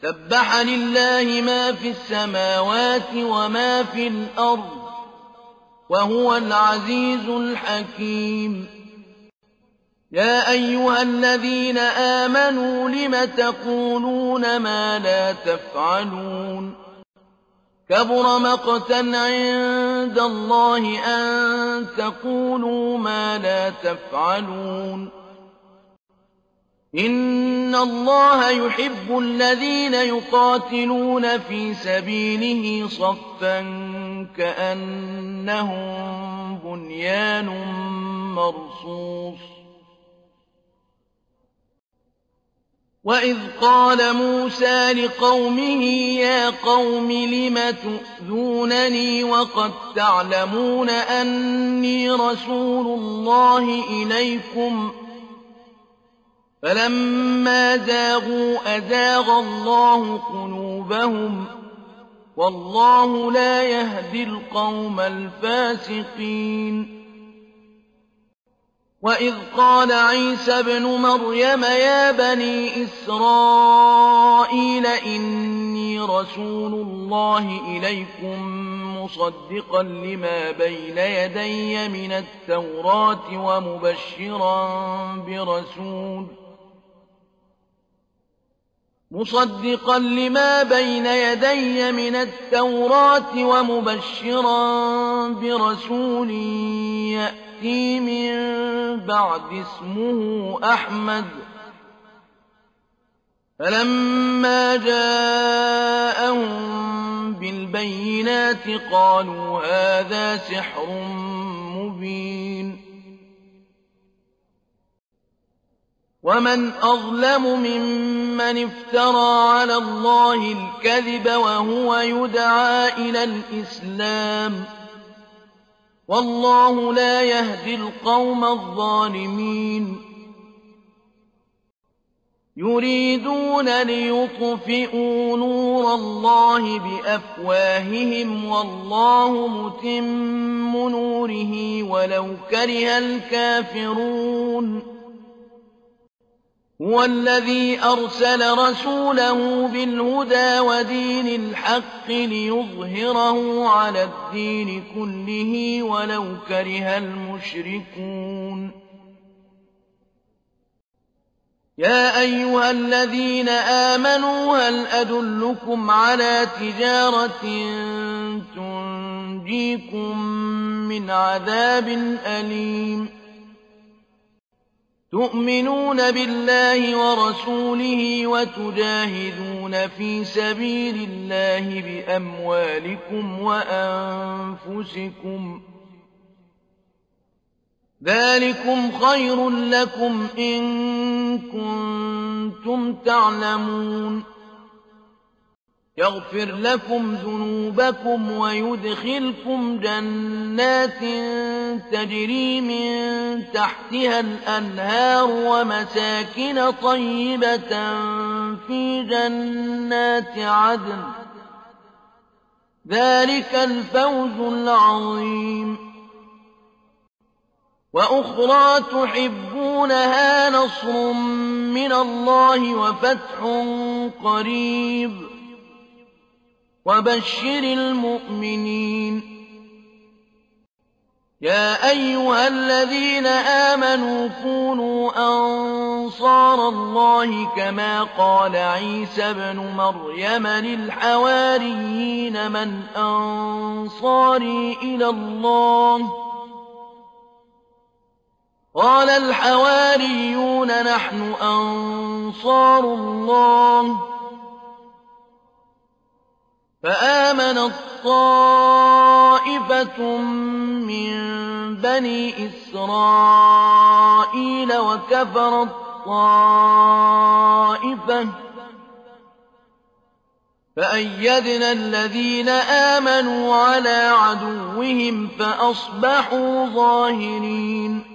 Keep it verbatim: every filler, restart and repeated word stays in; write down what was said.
سبح لله ما في السماوات وما في الأرض وهو العزيز الحكيم. يا أيها الذين آمنوا لم تقولون ما لا تفعلون كبر مقتا عند الله أن تقولوا ما لا تفعلون إن الله يحب الذين يقاتلون في سبيله صفا كأنهم بنيان مرصوص. وإذ قال موسى لقومه يا قوم لم تؤذونني وقد تعلمون أني رسول الله إليكم فلما زاغوا أزاغ الله قلوبهم والله لا يهدي القوم الفاسقين. وإذ قال عيسى ابن مريم يا بني إسرائيل إني رسول الله إليكم مصدقا لما بين يدي من التوراة ومبشرا برسول مصدقا لما بين يدي من التوراة ومبشرا برسول يأتي من بعد اسمه أحمد. فلما جاءهم بالبينات قالوا هذا سحر مبين. ومن أظلم ممن افترى على الله الكذب وهو يدعى إلى الإسلام والله لا يهدي القوم الظالمين. يريدون ليطفئوا نور الله بأفواههم والله متم نوره ولو كره الكافرون. هو الذي أرسل رسوله بالهدى ودين الحق ليظهره على الدين كله ولو كره المشركون. يا أيها الذين آمنوا هل أدلكم على تجارة تنجيكم من عذاب أليم تؤمنون بالله ورسوله وتجاهدون في سبيل الله بأموالكم وأنفسكم ذلكم خير لكم إن كنتم تعلمون. يغفر لكم ذنوبكم ويدخلكم جنات تجري من تحتها الأنهار ومساكن طيبة في جنات عدن ذلك الفوز العظيم. وأخرى تحبونها نصر من الله وفتح قريب وبشر المؤمنين. يا أيها الذين آمنوا كونوا أنصار الله كما قال عيسى ابن مريم للحواريين من أنصاري إلى الله قال الحواريون نحن أنصار الله. فآمنت طائفة من بني إسرائيل وكفرت طائفة فأيدنا الذين آمنوا على عدوهم فأصبحوا ظاهرين.